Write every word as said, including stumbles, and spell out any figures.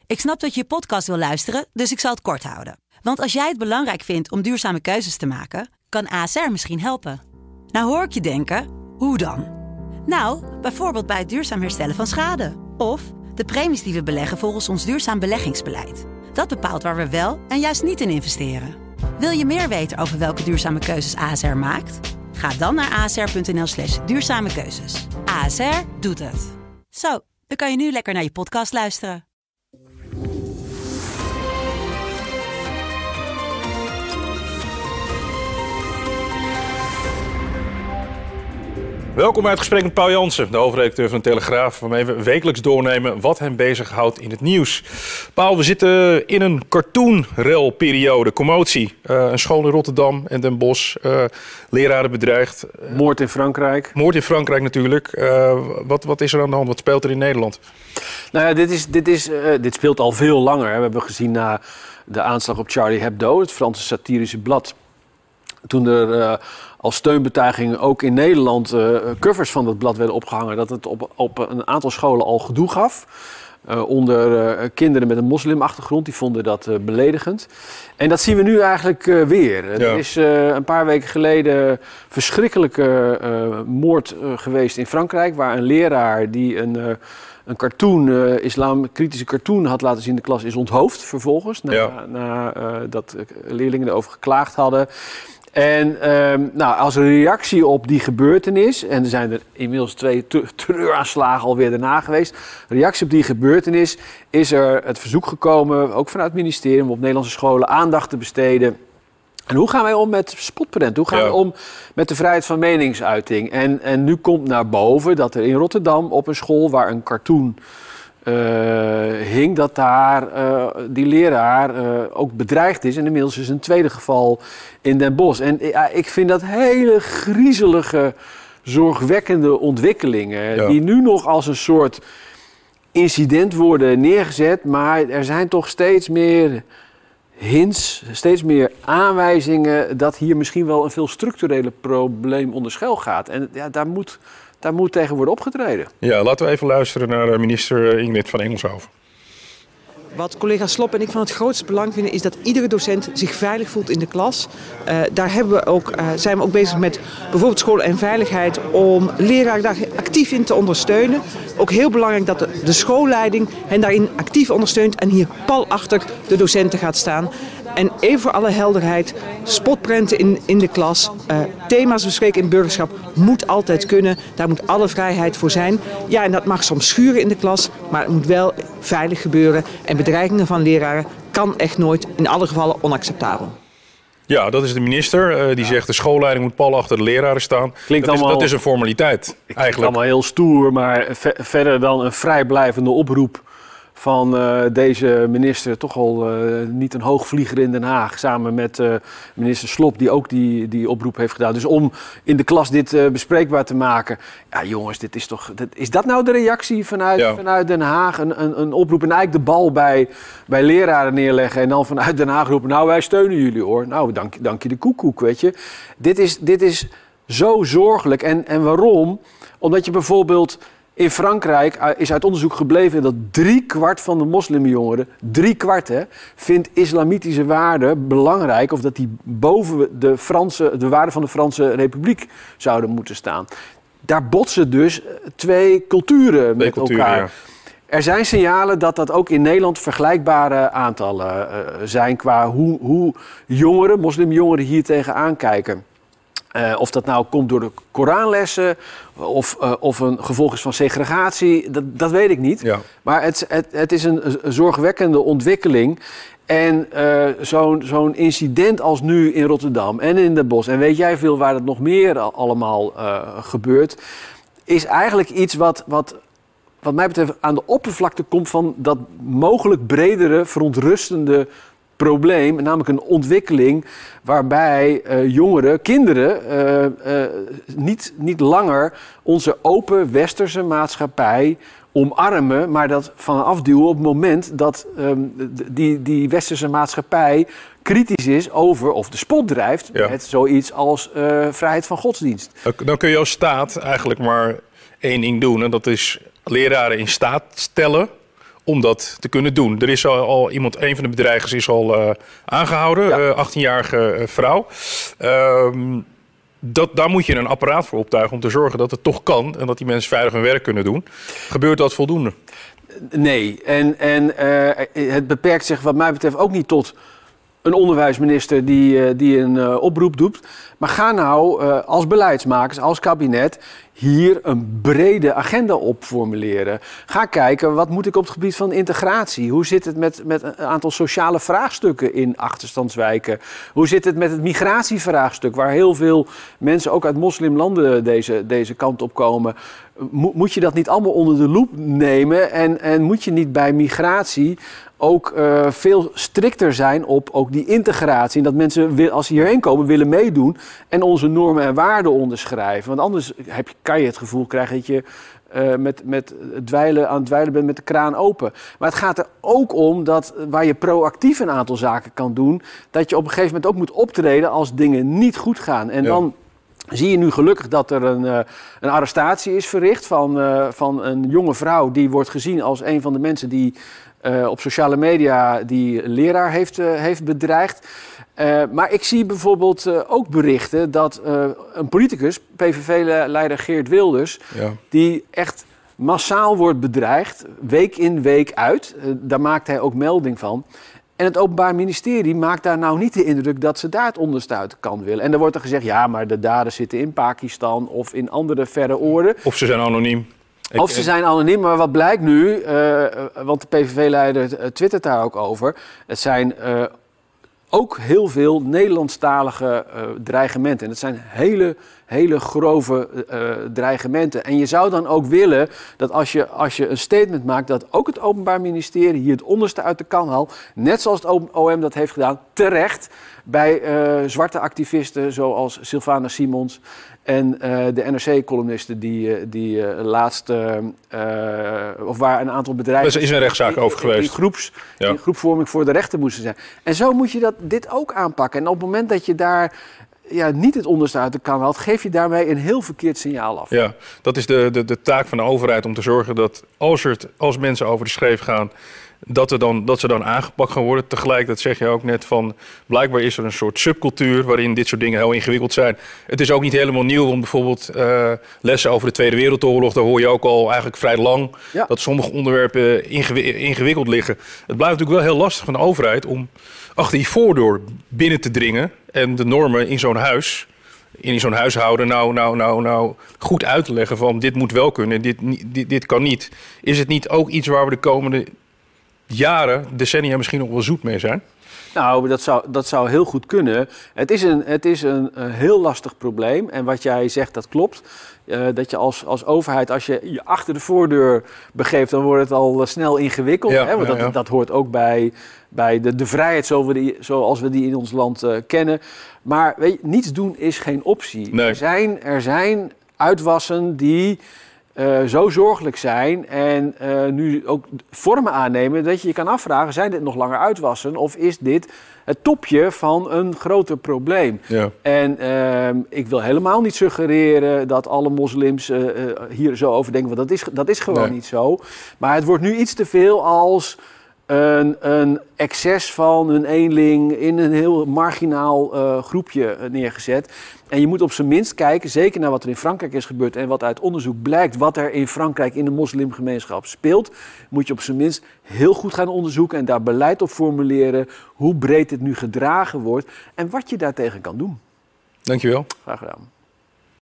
Ik snap dat je je podcast wil luisteren, dus ik zal het kort houden. Want als jij het belangrijk vindt om duurzame keuzes te maken, kan A S R misschien helpen. Nou hoor ik je denken, hoe dan? Nou, bijvoorbeeld bij het duurzaam herstellen van schade. Of de premies die we beleggen volgens ons duurzaam beleggingsbeleid. Dat bepaalt waar we wel en juist niet in investeren. Wil je meer weten over welke duurzame keuzes A S R maakt? Ga dan naar asr.nl slash duurzame keuzes. A S R doet het. Zo, dan kan je nu lekker naar je podcast luisteren. Welkom bij het gesprek met Paul Jansen, de hoofdredacteur van de Telegraaf, waarmee we wekelijks doornemen wat hem bezighoudt in het nieuws. Paul, we zitten in een cartoonrelperiode, commotie. Uh, een school in Rotterdam en Den Bosch, uh, leraren bedreigd. Moord in Frankrijk. Moord in Frankrijk natuurlijk. Uh, wat, wat is er aan de hand? Wat speelt er in Nederland? Nou ja, dit, is, dit, is, uh, dit speelt al veel langer. Hè. We hebben gezien na de aanslag op Charlie Hebdo, het Franse satirische blad. Toen er uh, als steunbetuiging ook in Nederland uh, covers van dat blad werden opgehangen, dat het op, op een aantal scholen al gedoe gaf. Uh, onder uh, kinderen met een moslimachtergrond, die vonden dat uh, beledigend. En dat zien we nu eigenlijk uh, weer. Ja. Er is uh, een paar weken geleden verschrikkelijke uh, moord uh, geweest in Frankrijk, waar een leraar die een... Uh, een cartoon, uh, islamkritische cartoon had laten zien in de klas, is onthoofd vervolgens. Na, ja. na uh, dat leerlingen erover geklaagd hadden. En um, nou, als reactie op die gebeurtenis, en er zijn er inmiddels twee terreuraanslagen alweer daarna geweest. Reactie op die gebeurtenis is er het verzoek gekomen, ook vanuit het ministerie, om op Nederlandse scholen aandacht te besteden. En hoe gaan wij om met spotprent? Hoe gaan ja. wij om met de vrijheid van meningsuiting? En, en nu komt naar boven dat er in Rotterdam op een school waar een cartoon uh, hing, dat daar uh, die leraar uh, ook bedreigd is. En inmiddels is een tweede geval in Den Bosch. En uh, ik vind dat hele griezelige, zorgwekkende ontwikkelingen, ja. die nu nog als een soort incident worden neergezet. Maar er zijn toch steeds meer hints, steeds meer aanwijzingen dat hier misschien wel een veel structurele probleem onder schuil gaat. En ja, daar moet, daar moet tegen worden opgetreden. Ja, laten we even luisteren naar minister Ingrid van Engelshoven. Wat collega Slop en ik van het grootste belang vinden is dat iedere docent zich veilig voelt in de klas. Uh, daar hebben we ook, uh, zijn we ook bezig met bijvoorbeeld school en veiligheid om leraren daar actief in te ondersteunen. Ook heel belangrijk dat de, de schoolleiding hen daarin actief ondersteunt en hier pal achter de docenten gaat staan. En even voor alle helderheid, spotprenten in, in de klas, uh, thema's bespreken in burgerschap moet altijd kunnen. Daar moet alle vrijheid voor zijn. Ja, en dat mag soms schuren in de klas, maar het moet wel veilig gebeuren. En bedreigingen van leraren kan echt nooit, in alle gevallen onacceptabel. Ja, dat is de minister. Uh, die ja. zegt de schoolleiding moet pal achter de leraren staan. Klinkt dat, allemaal, is, dat is een formaliteit. Klinkt eigenlijk allemaal heel stoer, maar ve- verder dan een vrijblijvende oproep van uh, deze minister, toch al uh, niet een hoogvlieger in Den Haag, samen met uh, minister Slop, die ook die, die oproep heeft gedaan. Dus om in de klas dit uh, bespreekbaar te maken. Ja jongens, dit is toch, dit, is dat nou de reactie vanuit, ja. vanuit Den Haag? Een, een, een oproep en eigenlijk de bal bij, bij leraren neerleggen en dan vanuit Den Haag roepen, nou wij steunen jullie hoor. Nou, dank, dank je de koekoek, weet je. Dit is, dit is zo zorgelijk. En, en waarom? Omdat je bijvoorbeeld in Frankrijk is uit onderzoek gebleven dat drie kwart van de moslimjongeren, drie kwart hè, vindt islamitische waarden belangrijk, of dat die boven de, Franse, de waarden van de Franse Republiek zouden moeten staan. Daar botsen dus twee culturen twee met culturen, elkaar. Ja. Er zijn signalen dat dat ook in Nederland vergelijkbare aantallen uh, zijn qua hoe, hoe jongeren, moslimjongeren hier tegenaan kijken. Uh, of dat nou komt door de Koranlessen of, uh, of een gevolg is van segregatie, dat, dat weet ik niet. Ja. Maar het, het, het is een, een zorgwekkende ontwikkeling. En uh, zo'n, zo'n incident als nu in Rotterdam en in Den Bosch, en weet jij veel waar het nog meer allemaal uh, gebeurt, is eigenlijk iets wat, wat, wat mij betreft aan de oppervlakte komt van dat mogelijk bredere, verontrustende probleem, namelijk een ontwikkeling waarbij uh, jongeren, kinderen, uh, uh, niet, niet langer onze open westerse maatschappij omarmen, maar dat van afduwen op het moment dat um, die, die westerse maatschappij kritisch is over of de spot drijft ja. met zoiets als uh, vrijheid van godsdienst. Dan kun je als staat eigenlijk maar één ding doen en dat is leraren in staat stellen om dat te kunnen doen. Er is al, al iemand, een van de bedreigers is al uh, aangehouden, ja. uh, achttienjarige uh, vrouw. Uh, dat, daar moet je een apparaat voor optuigen om te zorgen dat het toch kan en dat die mensen veilig hun werk kunnen doen. Gebeurt dat voldoende? Nee, en, en uh, het beperkt zich wat mij betreft ook niet tot een onderwijsminister die, uh, die een uh, oproep doet. Maar ga nou uh, als beleidsmakers, als kabinet, hier een brede agenda op formuleren. Ga kijken, wat moet ik op het gebied van integratie? Hoe zit het met, met een aantal sociale vraagstukken in achterstandswijken? Hoe zit het met het migratievraagstuk, waar heel veel mensen ook uit moslimlanden deze, deze kant op komen? Mo- moet je dat niet allemaal onder de loep nemen? En, en moet je niet bij migratie ook uh, veel strikter zijn op ook die integratie? En dat mensen, als ze hierheen komen, willen meedoen en onze normen en waarden onderschrijven. Want anders heb je, kan je het gevoel krijgen dat je uh, met, met dweilen, aan het dweilen bent met de kraan open. Maar het gaat er ook om dat waar je proactief een aantal zaken kan doen, dat je op een gegeven moment ook moet optreden als dingen niet goed gaan. En ja. dan zie je nu gelukkig dat er een, uh, een arrestatie is verricht van, uh, van een jonge vrouw die wordt gezien als een van de mensen die Uh, op sociale media die leraar heeft, uh, heeft bedreigd. Uh, maar ik zie bijvoorbeeld uh, ook berichten dat uh, een politicus, P V V-leider Geert Wilders, ja. die echt massaal wordt bedreigd, week in, week uit. Uh, daar maakt hij ook melding van. En het Openbaar Ministerie maakt daar nou niet de indruk dat ze daar het onderste uit kan willen. En dan wordt er gezegd, ja, maar de daders zitten in Pakistan of in andere verre oorden. Of ze zijn anoniem. Ik, of ze zijn anoniem, maar wat blijkt nu, uh, want de P V V-leider twittert daar ook over. Het zijn uh, ook heel veel Nederlandstalige uh, dreigementen. En het zijn hele, hele grove uh, dreigementen. En je zou dan ook willen dat als je, als je een statement maakt, dat ook het Openbaar Ministerie hier het onderste uit de kan haalt. Net zoals het O M dat heeft gedaan, terecht, bij uh, zwarte activisten zoals Sylvana Simons en uh, de N R C-columnisten die, uh, die uh, laatst, uh, uh, of waar een aantal bedrijven... Er is een rechtszaak over geweest. Die, groeps, ja. die groepvorming voor de rechter moesten zijn. En zo moet je dat, dit ook aanpakken. En op het moment dat je daar ja, niet het onderste uit de kan haalt, geef je daarmee een heel verkeerd signaal af. Ja, dat is de, de, de taak van de overheid om te zorgen dat als, er, als mensen over de schreef gaan, Dat, er dan, dat ze dan aangepakt gaan worden. Tegelijk, dat zeg je ook net, van blijkbaar is er een soort subcultuur waarin dit soort dingen heel ingewikkeld zijn. Het is ook niet helemaal nieuw, want bijvoorbeeld uh, lessen over de Tweede Wereldoorlog, daar hoor je ook al eigenlijk vrij lang ja. dat sommige onderwerpen ingew- ingewikkeld liggen. Het blijft natuurlijk wel heel lastig van de overheid om achter die voordeur binnen te dringen en de normen in zo'n huis, in zo'n huishouden nou, nou, nou, nou goed uit te leggen van dit moet wel kunnen, dit, dit, dit kan niet. Is het niet ook iets waar we de komende jaren, decennia misschien nog wel zoet mee zijn? Nou, dat zou, dat zou heel goed kunnen. Het is een, het is een, een heel lastig probleem. En wat jij zegt, dat klopt. Uh, dat je als, als overheid, als je je achter de voordeur begeeft, dan wordt het al snel ingewikkeld. Ja, hè? Want ja, dat, ja. dat hoort ook bij, bij de, de vrijheid zoals we, die, zoals we die in ons land uh, kennen. Maar weet je, niets doen is geen optie. Nee. Er zijn, er zijn uitwassen die Uh, zo zorgelijk zijn en uh, nu ook vormen aannemen dat je je kan afvragen, zijn dit nog langer uitwassen of is dit het topje van een groter probleem? Ja. En uh, ik wil helemaal niet suggereren dat alle moslims uh, uh, hier zo over denken, want dat is, dat is gewoon nee. niet zo. Maar het wordt nu iets te veel als een, een excess van een eenling in een heel marginaal uh, groepje neergezet. En je moet op zijn minst kijken, zeker naar wat er in Frankrijk is gebeurd en wat uit onderzoek blijkt, wat er in Frankrijk in de moslimgemeenschap speelt, moet je op zijn minst heel goed gaan onderzoeken en daar beleid op formuleren, hoe breed dit nu gedragen wordt en wat je daartegen kan doen. Dankjewel. Graag gedaan.